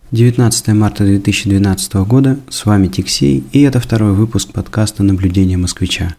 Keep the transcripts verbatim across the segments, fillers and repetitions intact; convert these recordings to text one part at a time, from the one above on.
девятнадцатое марта две тысячи двенадцатого года, с вами Тиксей, и это второй выпуск подкаста «Наблюдение москвича».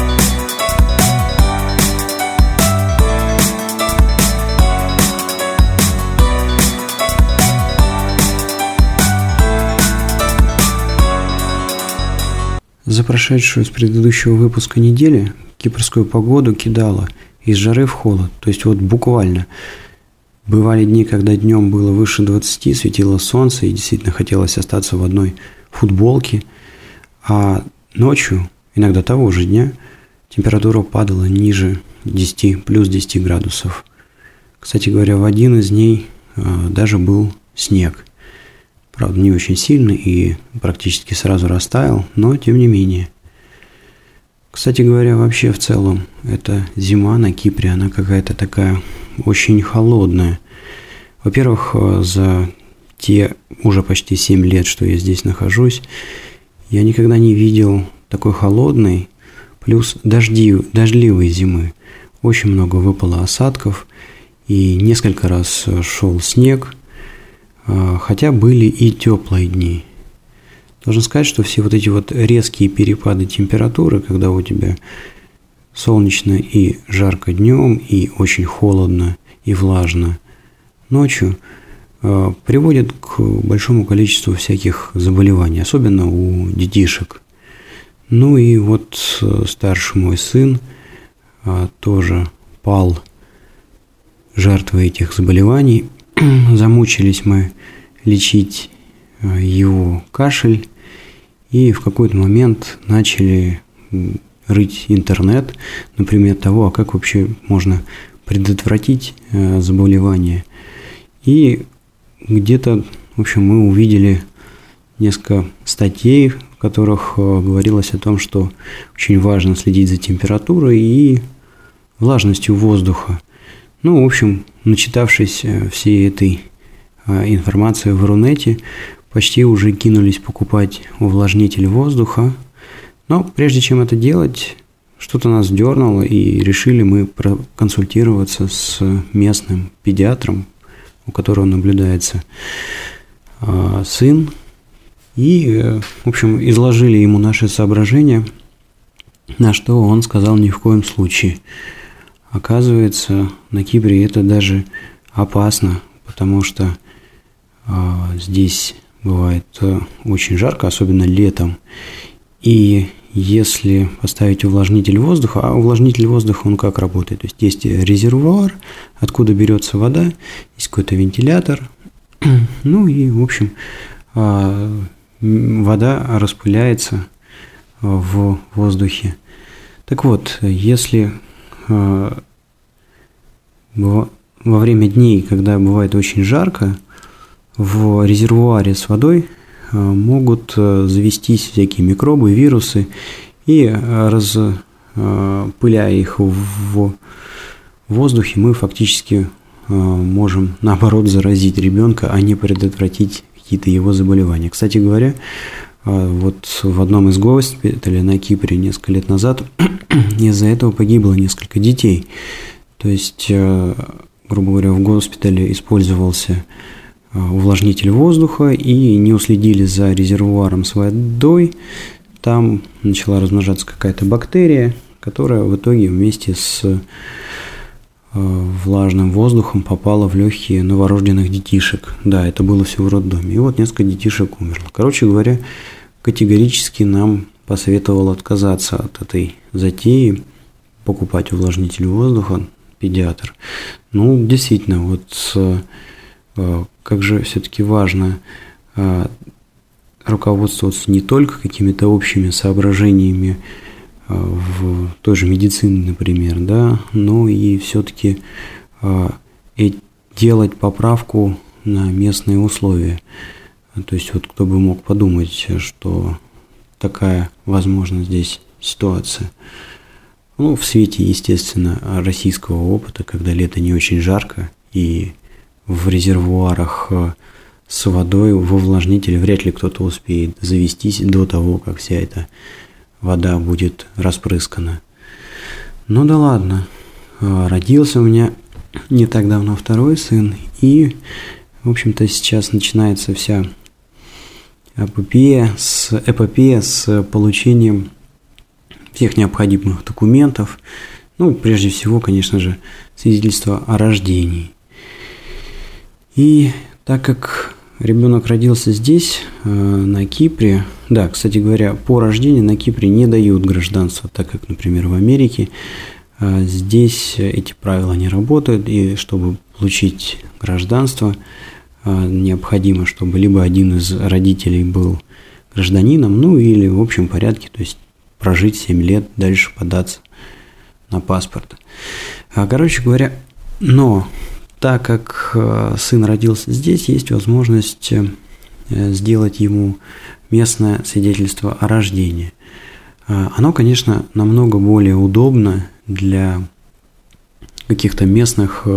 За прошедшую с предыдущего выпуска недели кипрскую погоду кидало из жары в холод, то есть вот буквально. Бывали дни, когда днем было выше двадцати, светило солнце и действительно хотелось остаться в одной футболке, а ночью, иногда того же дня, температура падала ниже десяти, плюс десяти градусов. Кстати говоря, в один из дней э, даже был снег. Правда, не очень сильный и практически сразу растаял, но тем не менее. Кстати говоря, вообще в целом, эта зима на Кипре, она какая-то такая очень холодная. Во-первых, за те уже почти семь лет, что я здесь нахожусь, я никогда не видел такой холодной, плюс дожди, дождливой зимы. Очень много выпало осадков, и несколько раз шел снег, хотя были и теплые дни. Должен сказать, что все вот эти вот резкие перепады температуры, когда у тебя солнечно и жарко днем, и очень холодно и влажно ночью, приводят к большому количеству всяких заболеваний, особенно у детишек. Ну и вот старший мой сын тоже пал жертвой этих заболеваний. Замучились мы лечить его кашель, и в какой-то момент начали рыть интернет, например, того, а как вообще можно предотвратить заболевание. И где-то, в общем, мы увидели несколько статей, в которых говорилось о том, что очень важно следить за температурой и влажностью воздуха. Ну, в общем, начитавшись всей этой информации в Рунете, почти уже кинулись покупать увлажнитель воздуха. Но прежде чем это делать, что-то нас дернуло, и решили мы проконсультироваться с местным педиатром, у которого наблюдается сын. И, в общем, изложили ему наши соображения, на что он сказал: ни в коем случае. Оказывается, на Кипре это даже опасно, потому что э, здесь бывает э, очень жарко, особенно летом. И если поставить увлажнитель воздуха, а увлажнитель воздуха, он как работает? То есть есть резервуар, откуда берется вода, есть какой-то вентилятор. Ну и, в общем, э, вода распыляется в воздухе. Так вот, если во время дней, когда бывает очень жарко, в резервуаре с водой могут завестись всякие микробы, вирусы, и распыляя их в воздухе, мы фактически можем, наоборот, заразить ребенка, а не предотвратить какие-то его заболевания. Кстати говоря, вот в одном из госпиталей на Кипре несколько лет назад из-за этого погибло несколько детей. То есть, грубо говоря, в госпитале использовался увлажнитель воздуха, и не уследили за резервуаром с водой. Там начала размножаться какая-то бактерия, которая в итоге вместе с влажным воздухом попала в легкие новорожденных детишек. Да, это было все в роддоме. И вот несколько детишек умерло. Короче говоря, категорически нам посоветовал отказаться от этой затеи, покупать увлажнитель воздуха, педиатр. Ну, действительно, вот как же все-таки важно руководствоваться не только какими-то общими соображениями в той же медицине, например, да, но и все-таки делать поправку на местные условия. То есть вот кто бы мог подумать, что такая возможна здесь ситуация. Ну, в свете, естественно, российского опыта, когда лето не очень жарко, и в резервуарах с водой в увлажнителе вряд ли кто-то успеет завестись до того, как вся эта вода будет распрыскана. Ну да ладно. Родился у меня не так давно второй сын, и в общем-то, сейчас начинается вся эпопея с, эпопея с получением всех необходимых документов. Ну, прежде всего, конечно же, свидетельство о рождении. И так как ребенок родился здесь, на Кипре, да, кстати говоря, по рождению на Кипре не дают гражданство, так как, например, в Америке. Здесь эти правила не работают, и чтобы получить гражданство, необходимо, чтобы либо один из родителей был гражданином, ну или в общем порядке, то есть прожить семь лет, дальше податься на паспорт. Короче говоря, но так как сын родился здесь, есть возможность сделать ему местное свидетельство о рождении. Оно, конечно, намного более удобно для каких-то местных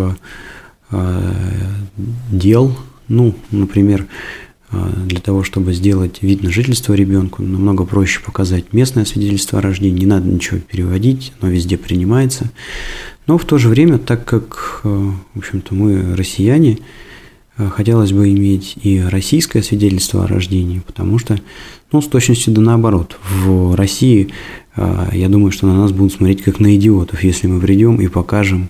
дел. Ну, например, для того, чтобы сделать вид на жительство ребенку, намного проще показать местное свидетельство о рождении, не надо ничего переводить, оно везде принимается. Но в то же время, так как, в общем-то, мы россияне, хотелось бы иметь и российское свидетельство о рождении, потому что, ну, с точностью да наоборот. В России, я думаю, что на нас будут смотреть как на идиотов, если мы придем и покажем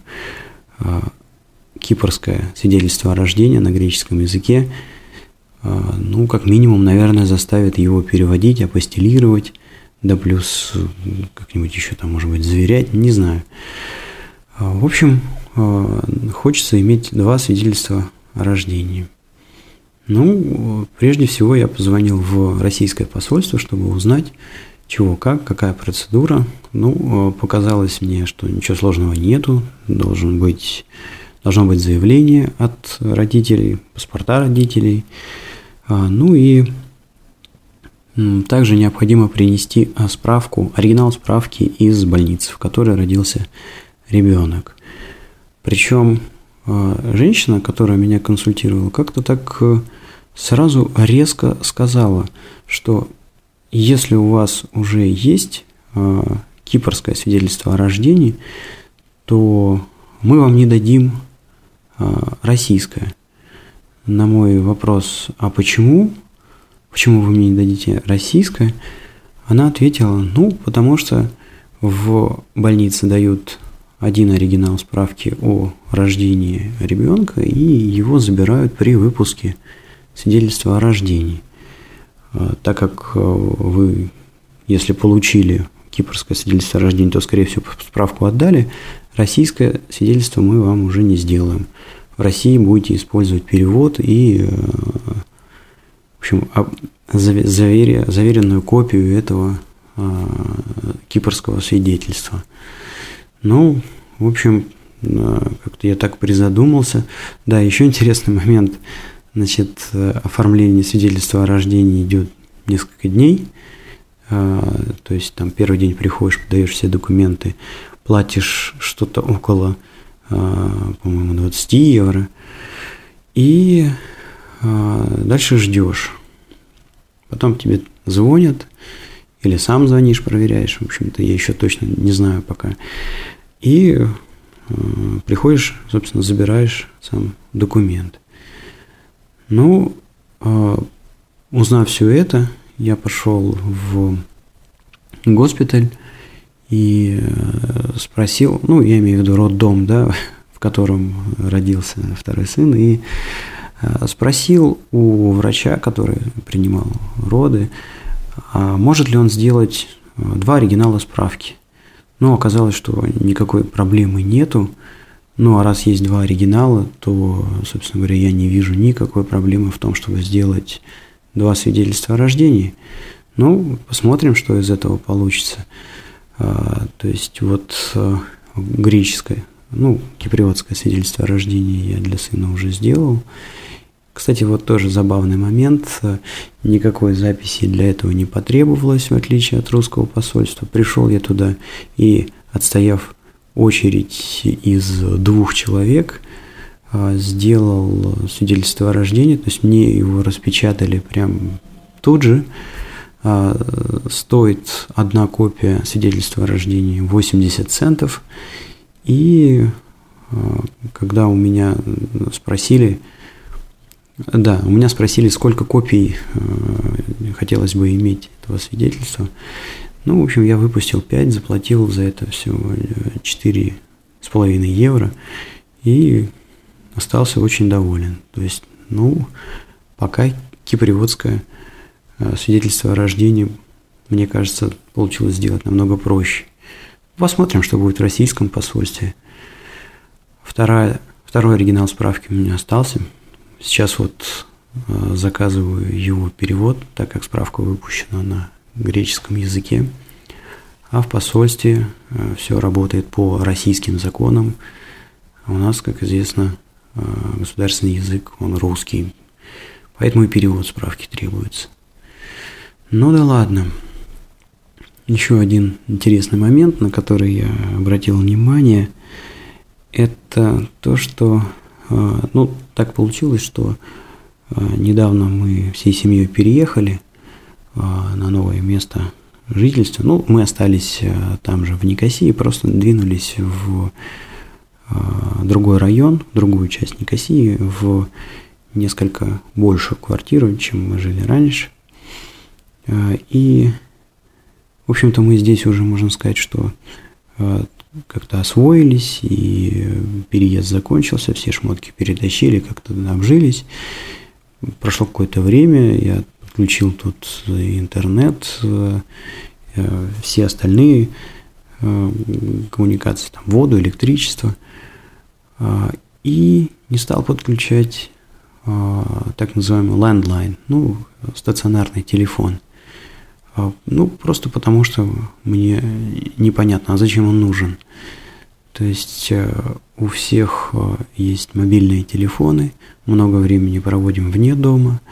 кипрское свидетельство о рождении на греческом языке, ну, как минимум, наверное, заставит его переводить, апостилировать, да плюс как-нибудь еще там, может быть, заверять, не знаю. В общем, хочется иметь два свидетельства о рождении. Ну, прежде всего я позвонил в российское посольство, чтобы узнать, чего, как, какая процедура. Ну, показалось мне, что ничего сложного нету, должен быть, должно быть заявление от родителей, паспорта родителей. Ну и также необходимо принести справку, оригинал справки из больницы, в которой родился ребенок. Причем женщина, которая меня консультировала, как-то так сразу резко сказала, что если у вас уже есть кипрское свидетельство о рождении, то мы вам не дадим российское. На мой вопрос, а почему? Почему вы мне не дадите российское? Она ответила, ну, потому что в больнице дают один оригинал справки о рождении ребенка, и его забирают при выпуске свидетельства о рождении. Так как вы, если получили кипрское свидетельство о рождении, то, скорее всего, справку отдали, российское свидетельство мы вам уже не сделаем. В России будете использовать перевод и, в общем, заверенную копию этого кипрского свидетельства. Ну, в общем, как-то я так призадумался. Да, еще интересный момент. Значит, оформление свидетельства о рождении идет несколько дней. То есть, там, первый день приходишь, подаешь все документы, платишь что-то около, по-моему, двадцать евро. И дальше ждешь. Потом тебе звонят, или сам звонишь, проверяешь. В общем-то, я еще точно не знаю пока. И э, приходишь, собственно, забираешь сам документ. Ну, э, узнав все это, я пошел в госпиталь и э, спросил, ну, я имею в виду роддом, да, в котором родился второй сын, и э, спросил у врача, который принимал роды, а может ли он сделать два оригинала справки. Ну, оказалось, что никакой проблемы нету. Ну, а раз есть два оригинала, то, собственно говоря, я не вижу никакой проблемы в том, чтобы сделать два свидетельства о рождении. Ну, посмотрим, что из этого получится. А, то есть, вот а, греческое, ну, киприотское свидетельство о рождении я для сына уже сделал. Кстати, вот тоже забавный момент. Никакой записи для этого не потребовалось, в отличие от русского посольства. Пришел я туда и, отстояв очередь из двух человек, сделал свидетельство о рождении. То есть мне его распечатали прям тут же. Стоит одна копия свидетельства о рождении восемьдесят центов. И когда у меня спросили, Да, у меня спросили, сколько копий э, хотелось бы иметь этого свидетельства. Ну, в общем, я выпустил пять, заплатил за это все четыре с половиной евро и остался очень доволен. То есть, ну, пока киприотское э, свидетельство о рождении, мне кажется, получилось сделать намного проще. Посмотрим, что будет в российском посольстве. Вторая, второй оригинал справки у меня остался. Сейчас вот э, заказываю его перевод, так как справка выпущена на греческом языке. А в посольстве э, все работает по российским законам. А у нас, как известно, э, государственный язык, он русский. Поэтому и перевод справки требуется. Ну да ладно. Еще один интересный момент, на который я обратил внимание, это то, что, ну, так получилось, что недавно мы всей семьей переехали на новое место жительства. Ну, мы остались там же в Никосии, просто двинулись в другой район, в другую часть Никосии, в несколько большую квартиру, чем мы жили раньше. И в общем-то, мы здесь уже, можно сказать, что э, как-то освоились, и переезд закончился, все шмотки перетащили, как-то обжились. Прошло какое-то время, я подключил тут интернет, э, э, все остальные э, коммуникации, там, воду, электричество, э, и не стал подключать э, так называемый landline, ну, стационарный телефон. Ну, просто потому что мне непонятно, а зачем он нужен. То есть у всех есть мобильные телефоны, много времени проводим вне дома,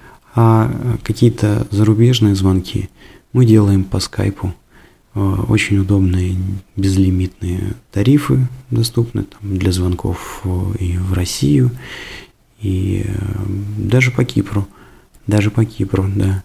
а какие-то зарубежные звонки мы делаем по скайпу. Очень удобные безлимитные тарифы доступны там, для звонков и в Россию, и даже по Кипру. Даже по Кипру, да.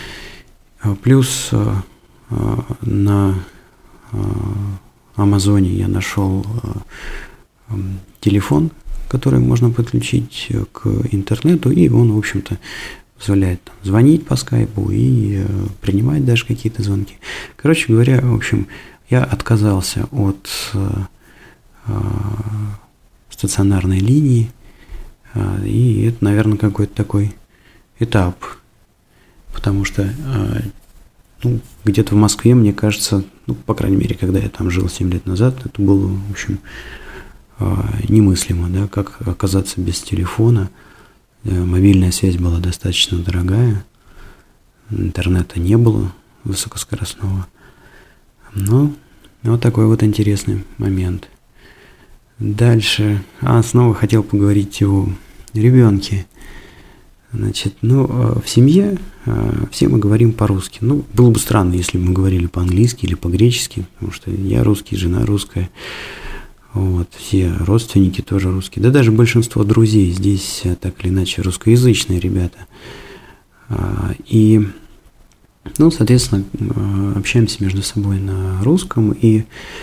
Плюс э, на э, Амазоне я нашел э, телефон, который можно подключить к интернету, и он, в общем-то, позволяет там, звонить по скайпу и э, принимать даже какие-то звонки. Короче говоря, в общем, я отказался от э, э, стационарной линии, э, и это, наверное, какой-то такой этап. Потому что ну, где-то в Москве, мне кажется, ну, по крайней мере, когда я там жил семь лет назад, это было, в общем, немыслимо, да, как оказаться без телефона. Мобильная связь была достаточно дорогая, интернета не было высокоскоростного. Но вот такой вот интересный момент. Дальше, а снова хотел поговорить о ребенке. Значит, ну, в семье все мы говорим по-русски. Ну, было бы странно, если бы мы говорили по-английски или по-гречески, потому что я русский, жена русская, вот, все родственники тоже русские. Да даже большинство друзей здесь так или иначе русскоязычные ребята. И, ну, соответственно, общаемся между собой на русском, и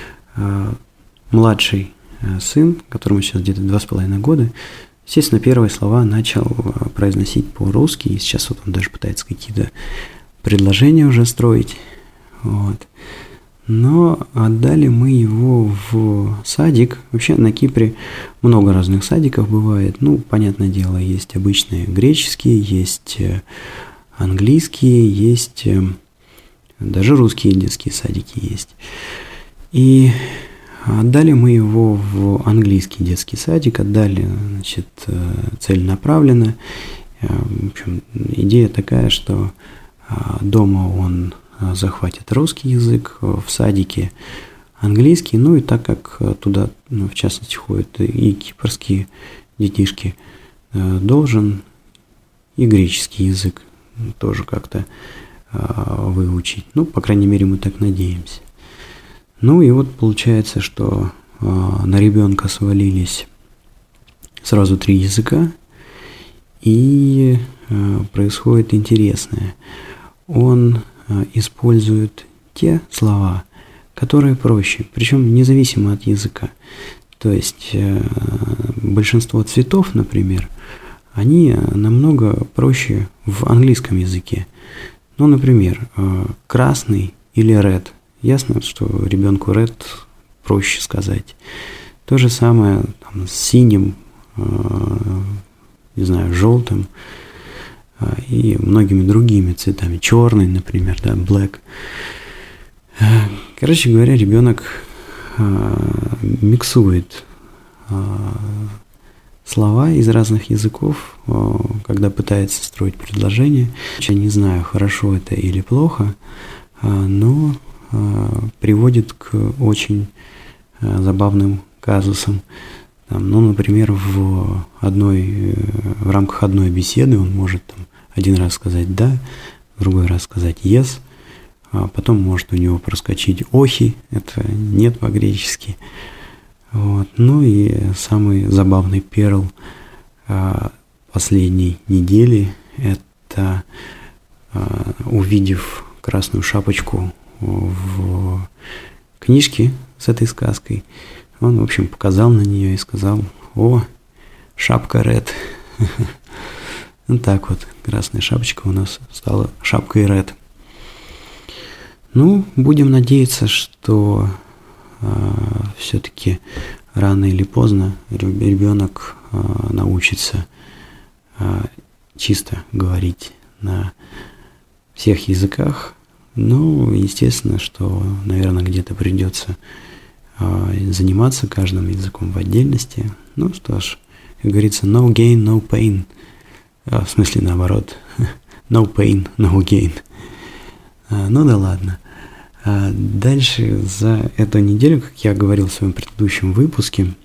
младший сын, которому сейчас где-то два с половиной года, естественно, первые слова начал произносить по-русски, и сейчас вот он даже пытается какие-то предложения уже строить. Вот. Но отдали мы его в садик. Вообще на Кипре много разных садиков бывает. Ну, понятное дело, есть обычные греческие, есть английские, есть даже русские детские садики есть. И отдали мы его в английский детский садик, отдали, значит, целенаправленно. В общем, идея такая, что дома он захватит русский язык, в садике английский, ну и так как туда, ну, в частности, ходят и кипрские детишки, должен и греческий язык тоже как-то выучить. Ну, по крайней мере, мы так надеемся. Ну и вот получается, что э, на ребенка свалились сразу три языка, и э, происходит интересное. Он э, использует те слова, которые проще, причем независимо от языка. То есть э, большинство цветов, например, они намного проще в английском языке. Ну, например, красный или red. Ясно, что ребенку red проще сказать. То же самое там, с синим, не знаю, желтым и многими другими цветами. Черный, например, да, black. Короче говоря, ребенок миксует слова из разных языков, когда пытается строить предложение. Я не знаю, хорошо это или плохо, но приводит к очень забавным казусам. Там, ну, например, в, одной, в рамках одной беседы он может там, один раз сказать «да», другой раз сказать «yes», а потом может у него проскочить «охи», это «нет» по-гречески. Вот. Ну и самый забавный перл а, последней недели – это а, увидев красную шапочку в книжке с этой сказкой, он, в общем, показал на нее и сказал: «О, шапка Red». Вот так вот, красная шапочка у нас стала шапкой Red. Ну, будем надеяться, что э, все-таки рано или поздно ребенок э, научится э, чисто говорить на всех языках. Ну, естественно, что, наверное, где-то придется э, заниматься каждым языком в отдельности. Ну что ж, как говорится, no gain, no pain. А, в смысле, наоборот, no pain, no gain. А, ну да ладно. А дальше за эту неделю, как я говорил в своем предыдущем выпуске,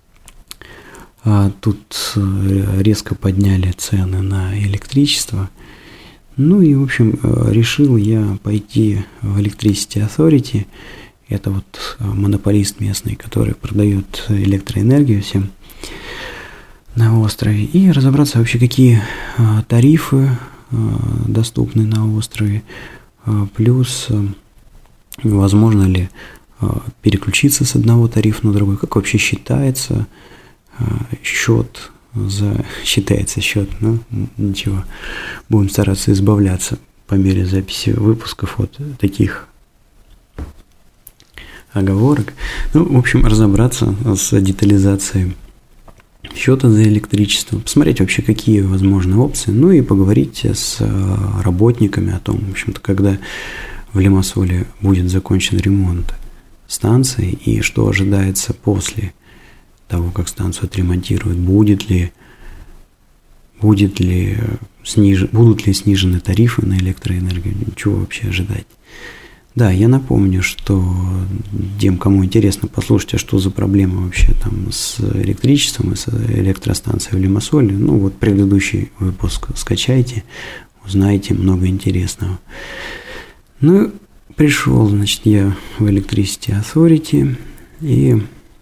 а, тут резко подняли цены на электричество. Ну и, в общем, решил я пойти в Electricity Authority. Это вот монополист местный, который продает электроэнергию всем на острове. И разобраться вообще, какие тарифы доступны на острове. Плюс, возможно ли переключиться с одного тарифа на другой. Как вообще считается счет. За, считается счет, ну ничего, будем стараться избавляться по мере записи выпусков от таких оговорок. Ну, в общем, разобраться с детализацией счета за электричество, посмотреть вообще, какие возможны опции, ну и поговорить с работниками о том, в общем-то, когда в Лимассоле будет закончен ремонт станции и что ожидается после того, как станцию отремонтируют, будет ли, будет ли сниж, будут ли снижены тарифы на электроэнергию, чего вообще ожидать. Да, я напомню, что тем, кому интересно послушать, а что за проблема вообще там с электричеством и с электростанцией в Лимассоле, ну вот предыдущий выпуск скачайте, узнаете много интересного. Ну, пришел, значит, я в Electricity Authority, и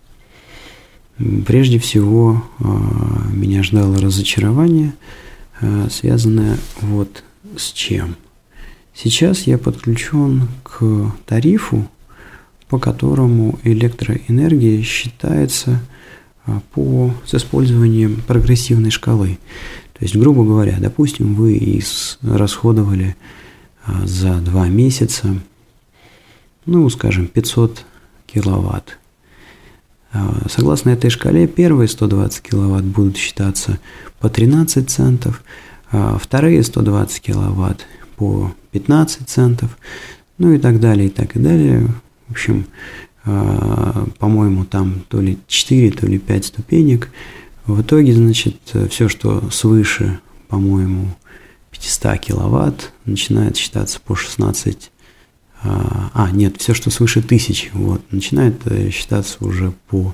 прежде всего меня ждало разочарование, связанное вот с чем. Сейчас я подключен к тарифу, по которому электроэнергия считается по, с использованием прогрессивной шкалы. То есть, грубо говоря, допустим, вы расходовали за два месяца, ну, скажем, пятьсот киловатт. Согласно этой шкале, первые сто двадцать киловатт будут считаться по тринадцать центов, а вторые сто двадцать киловатт по пятнадцать центов, ну и так далее, и так и далее. В общем, по-моему, там то ли четыре, то ли пять ступенек. В итоге, значит, все, что свыше, по-моему, пятьсот киловатт, начинает считаться по шестнадцать. А, нет, все, что свыше тысячи, вот, начинает считаться уже по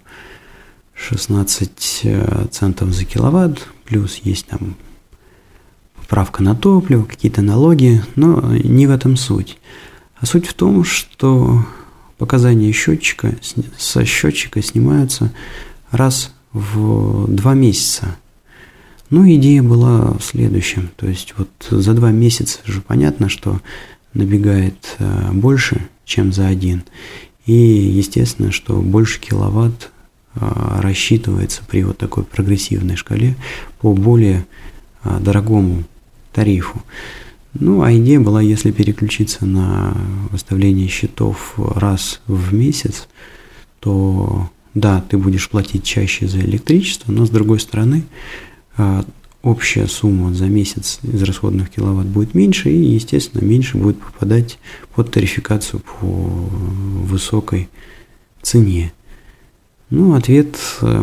шестнадцать центов за киловатт, плюс есть там поправка на топливо, какие-то налоги, но не в этом суть. А суть в том, что показания счетчика, со счетчика снимаются раз в два месяца. Ну, идея была в следующем, то есть вот за два месяца же понятно, что набегает больше, чем за один. И естественно, что больше киловатт рассчитывается при вот такой прогрессивной шкале по более дорогому тарифу. Ну, а идея была, если переключиться на выставление счетов раз в месяц, то да, ты будешь платить чаще за электричество, но с другой стороны, общая сумма за месяц израсходованных киловатт будет меньше, и, естественно, меньше будет попадать под тарификацию по высокой цене. Ну, ответ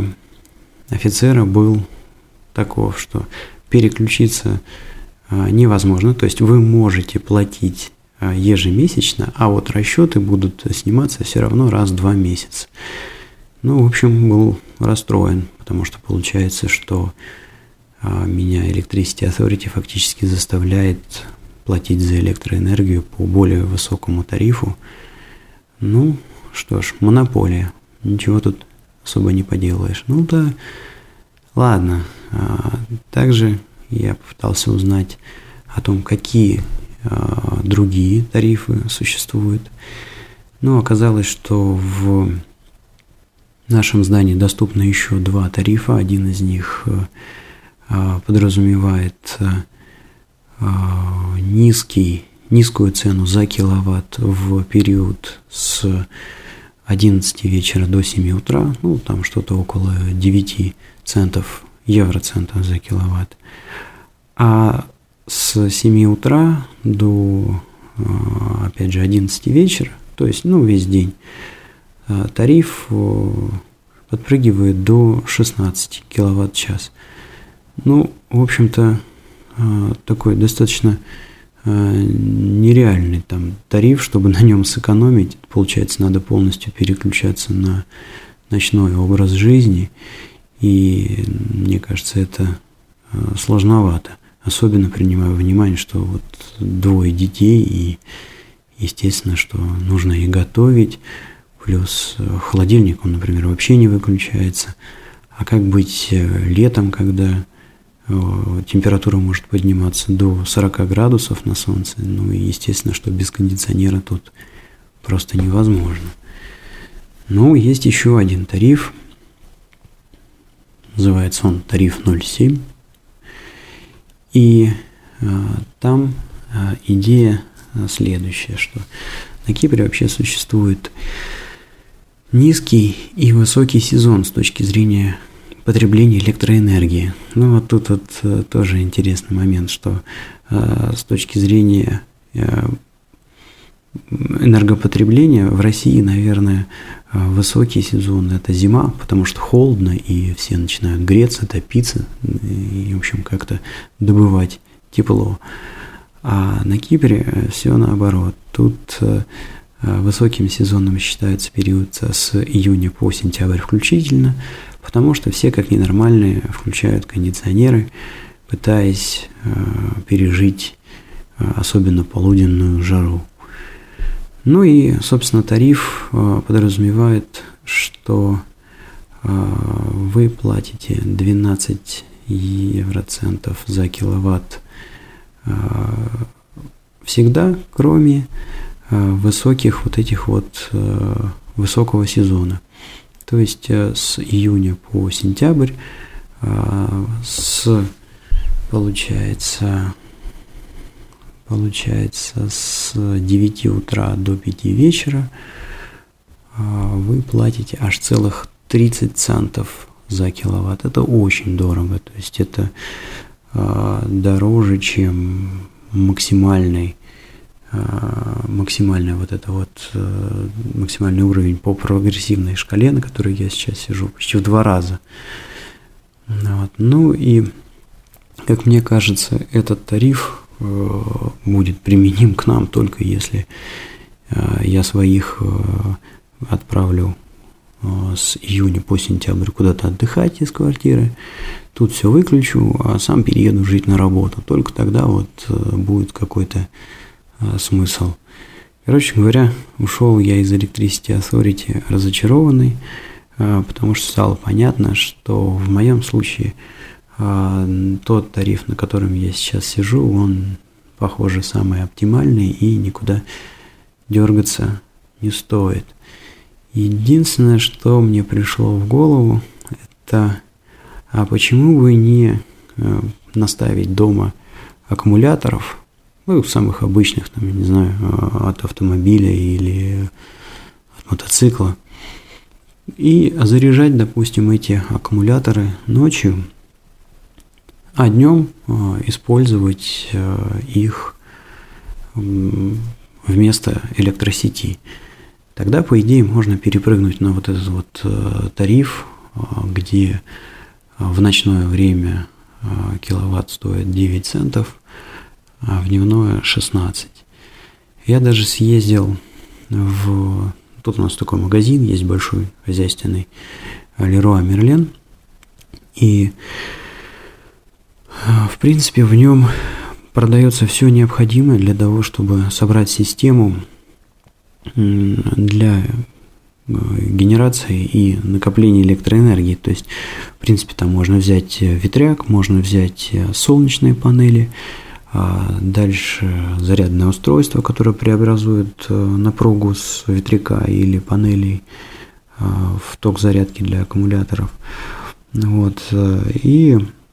офицера был таков, что переключиться невозможно, то есть вы можете платить ежемесячно, а вот расчеты будут сниматься все равно раз в два месяца. Ну, в общем, был расстроен, потому что получается, что меня Electricity Authority фактически заставляет платить за электроэнергию по более высокому тарифу. Ну, что ж, монополия, ничего тут особо не поделаешь. Ну да, ладно. Также я попытался узнать о том, какие а, другие тарифы существуют. Но оказалось, что в нашем здании доступно еще два тарифа. Один из них а, подразумевает а, низкий, низкую цену за киловатт в период с одиннадцати вечера до семи утра. Ну, там что-то около девяти центов, евроцентов за киловатт. А с семи утра до, опять же, одиннадцати вечера, то есть, ну, весь день, тариф подпрыгивает до шестнадцати киловатт в час. Ну, в общем-то, такой достаточно нереальный там тариф, чтобы на нем сэкономить. Получается, надо полностью переключаться на ночной образ жизни. И мне кажется, это сложновато. Особенно принимая во внимание, что вот двое детей, и естественно, что нужно и готовить, плюс холодильник, он, например, вообще не выключается. А как быть летом, когда температура может подниматься до сорока градусов на солнце? Ну и естественно, что без кондиционера тут просто невозможно. Ну, есть еще один тариф. Называется он тариф ноль семь. И а, там а, идея следующая, что на Кипре вообще существует низкий и высокий сезон с точки зрения потребления электроэнергии. Ну вот тут вот а, тоже интересный момент, что а, с точки зрения а, энергопотребления в России, наверное, высокий сезон – это зима, потому что холодно, и все начинают греться, топиться, и, в общем, как-то добывать тепло. А на Кипре все наоборот. Тут высоким сезоном считается период с июня по сентябрь включительно, потому что все, как ненормальные, включают кондиционеры, пытаясь пережить особенно полуденную жару. Ну и, собственно, тариф подразумевает, что вы платите двенадцать евроцентов за киловатт всегда, кроме высоких вот этих вот высокого сезона. То есть с июня по сентябрь с, получается, Получается, с девяти утра до пяти вечера вы платите аж целых тридцать центов за киловатт. Это очень дорого. То есть это дороже, чем максимальный, максимальный вот это вот максимальный уровень по прогрессивной шкале, на которой я сейчас сижу, почти в два раза. Вот. Ну и, как мне кажется, этот тариф будет применим к нам только если я своих отправлю с июня по сентябрь куда-то отдыхать из квартиры, тут все выключу, а сам перееду жить на работу. Только тогда вот будет какой-то смысл. Короче говоря, ушел я из Electricity Authority разочарованный, потому что стало понятно, что в моем случае тот тариф, на котором я сейчас сижу, он, похоже, самый оптимальный, и никуда дергаться не стоит. Единственное, что мне пришло в голову, это а почему бы не э, наставить дома аккумуляторов, ну, самых обычных, там, я не знаю, от автомобиля или от мотоцикла, и заряжать, допустим, эти аккумуляторы ночью, а днем э, использовать э, их э, вместо электросети. Тогда, по идее, можно перепрыгнуть на вот этот вот э, тариф, э, где в ночное время э, киловатт стоит девять центов, а в дневное шестнадцать. Я даже съездил в... Тут у нас такой магазин есть большой, хозяйственный, Leroy Merlin. И, в принципе, в нем продается все необходимое для того, чтобы собрать систему для генерации и накопления электроэнергии. То есть, в принципе, там можно взять ветряк, можно взять солнечные панели, дальше зарядное устройство, которое преобразует напругу с ветряка или панелей в ток зарядки для аккумуляторов. Вот. И,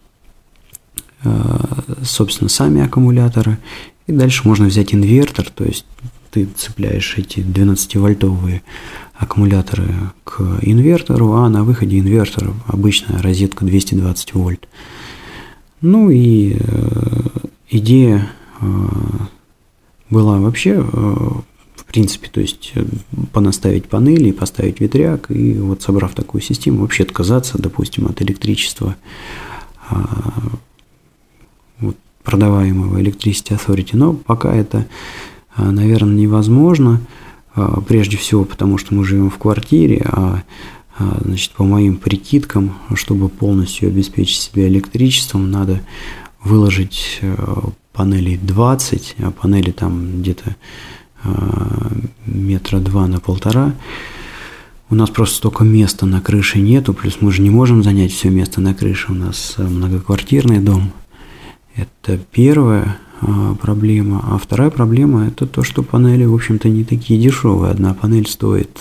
собственно, сами аккумуляторы. И дальше можно взять инвертор, то есть ты цепляешь эти двенадцативольтовые аккумуляторы к инвертору, а на выходе инвертора обычная розетка двести двадцать вольт. Ну и идея была вообще, в принципе, то есть понаставить панели, поставить ветряк, и вот собрав такую систему, вообще отказаться, допустим, от электричества, вот, продаваемого Electricity Authority. Но пока это, наверное, невозможно, прежде всего потому, что мы живем в квартире, а значит, по моим прикидкам, чтобы полностью обеспечить себя электричеством, надо выложить панелей двадцать, а панели там где-то метра два на полтора. У нас просто столько места на крыше нету, плюс мы же не можем занять все место на крыше, у нас многоквартирный дом. Это первая проблема. А вторая проблема – это то, что панели, в общем-то, не такие дешевые. Одна панель стоит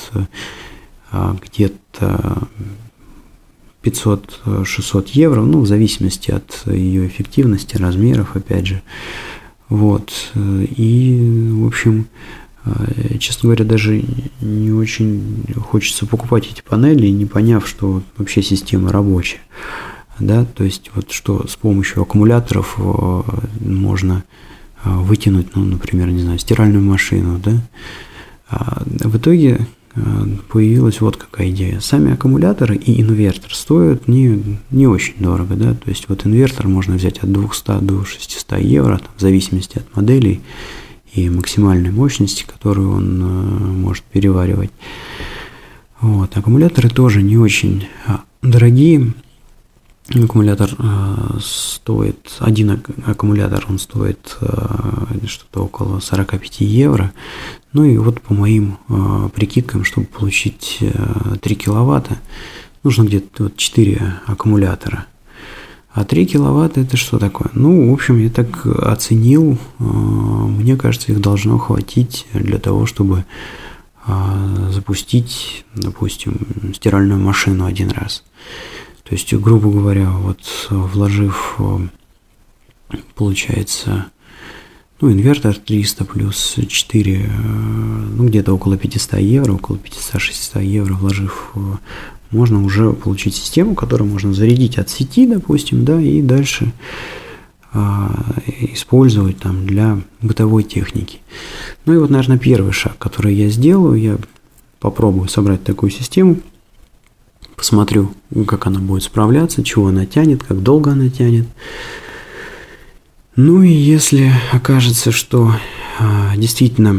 где-то пятьсот-шестьсот евро, ну, в зависимости от ее эффективности, размеров, опять же. Вот. И, в общем, честно говоря, даже не очень хочется покупать эти панели, не поняв, что вообще система рабочая. Да, то есть, вот что с помощью аккумуляторов можно вытянуть, ну, например, не знаю, стиральную машину, да. В итоге появилась вот какая идея. Сами аккумуляторы и инвертор стоят не, не очень дорого, да, то есть вот инвертор можно взять от двухсот до шестисот евро, там, в зависимости от моделей и максимальной мощности, которую он э, может переваривать. Вот. Аккумуляторы тоже не очень дорогие. Аккумулятор э, стоит, один ак- аккумулятор он стоит э, что-то около сорок пять евро. Ну и вот по моим э, прикидкам, чтобы получить э, три киловатта, нужно где-то вот четыре аккумулятора. А три киловатта это что такое? Ну, в общем, я так оценил, э, мне кажется, их должно хватить для того, чтобы э, запустить, допустим, стиральную машину один раз. То есть, грубо говоря, вот вложив, получается, ну, инвертор триста плюс четыре, ну, где-то около пятьсот евро, около пятьсот-шестьсот евро вложив, можно уже получить систему, которую можно зарядить от сети, допустим, да, и дальше а, использовать там для бытовой техники. Ну и вот, наверное, первый шаг, который я сделаю, я попробую собрать такую систему, посмотрю, как она будет справляться, чего она тянет, как долго она тянет. Ну и если окажется, что а, действительно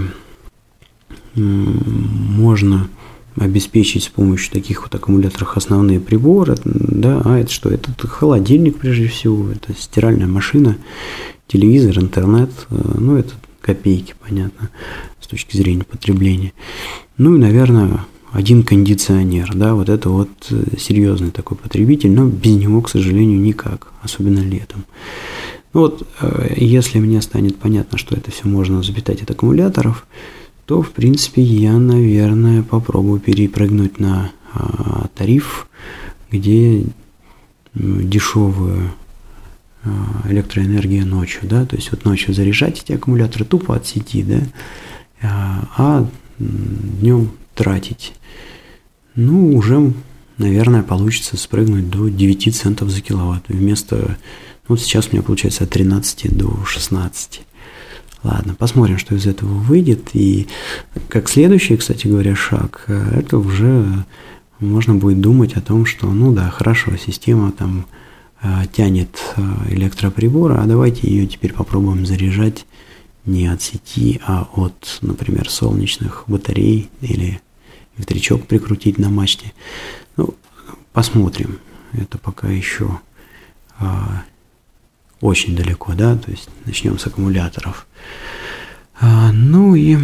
м- можно обеспечить с помощью таких вот аккумуляторов основные приборы, да, а это что? Это холодильник прежде всего, это стиральная машина, телевизор, интернет, ну это копейки, понятно, с точки зрения потребления. Ну и, наверное, один кондиционер, да, вот это вот серьезный такой потребитель, но без него, к сожалению, никак, особенно летом. Ну вот, если мне станет понятно, что это все можно запитать от аккумуляторов, то, в принципе, я, наверное, попробую перепрыгнуть на а, тариф, где дешевая а, электроэнергия ночью, да, то есть вот ночью заряжать эти аккумуляторы тупо от сети, да, а, а днем тратить. Ну, уже, наверное, получится спрыгнуть до девяти центов за киловатт. Вместо, ну, вот сейчас у меня получается от тринадцати до шестнадцати. Ладно, посмотрим, что из этого выйдет. И как следующий, кстати говоря, шаг, это уже можно будет думать о том, что, ну да, хорошо, система там тянет электроприборы, а давайте ее теперь попробуем заряжать не от сети, а от, например, солнечных батарей или ветрячок прикрутить на мачте. Ну, посмотрим. Это пока еще а, очень далеко, да, то есть начнем с аккумуляторов. А, ну и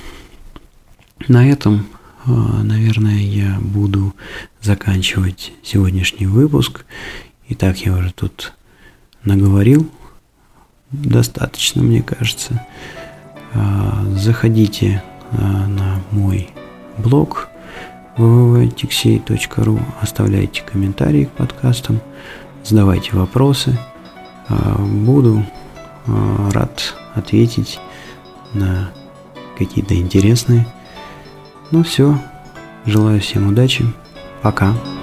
на этом, а, наверное, я буду заканчивать сегодняшний выпуск. Итак, я уже тут наговорил достаточно, мне кажется. А, заходите а, на мой блог дабл ю дабл ю дабл ю точка тиксей точка ру, оставляйте комментарии к подкастам, задавайте вопросы. Буду рад ответить на какие-то интересные. Ну все, желаю всем удачи, пока.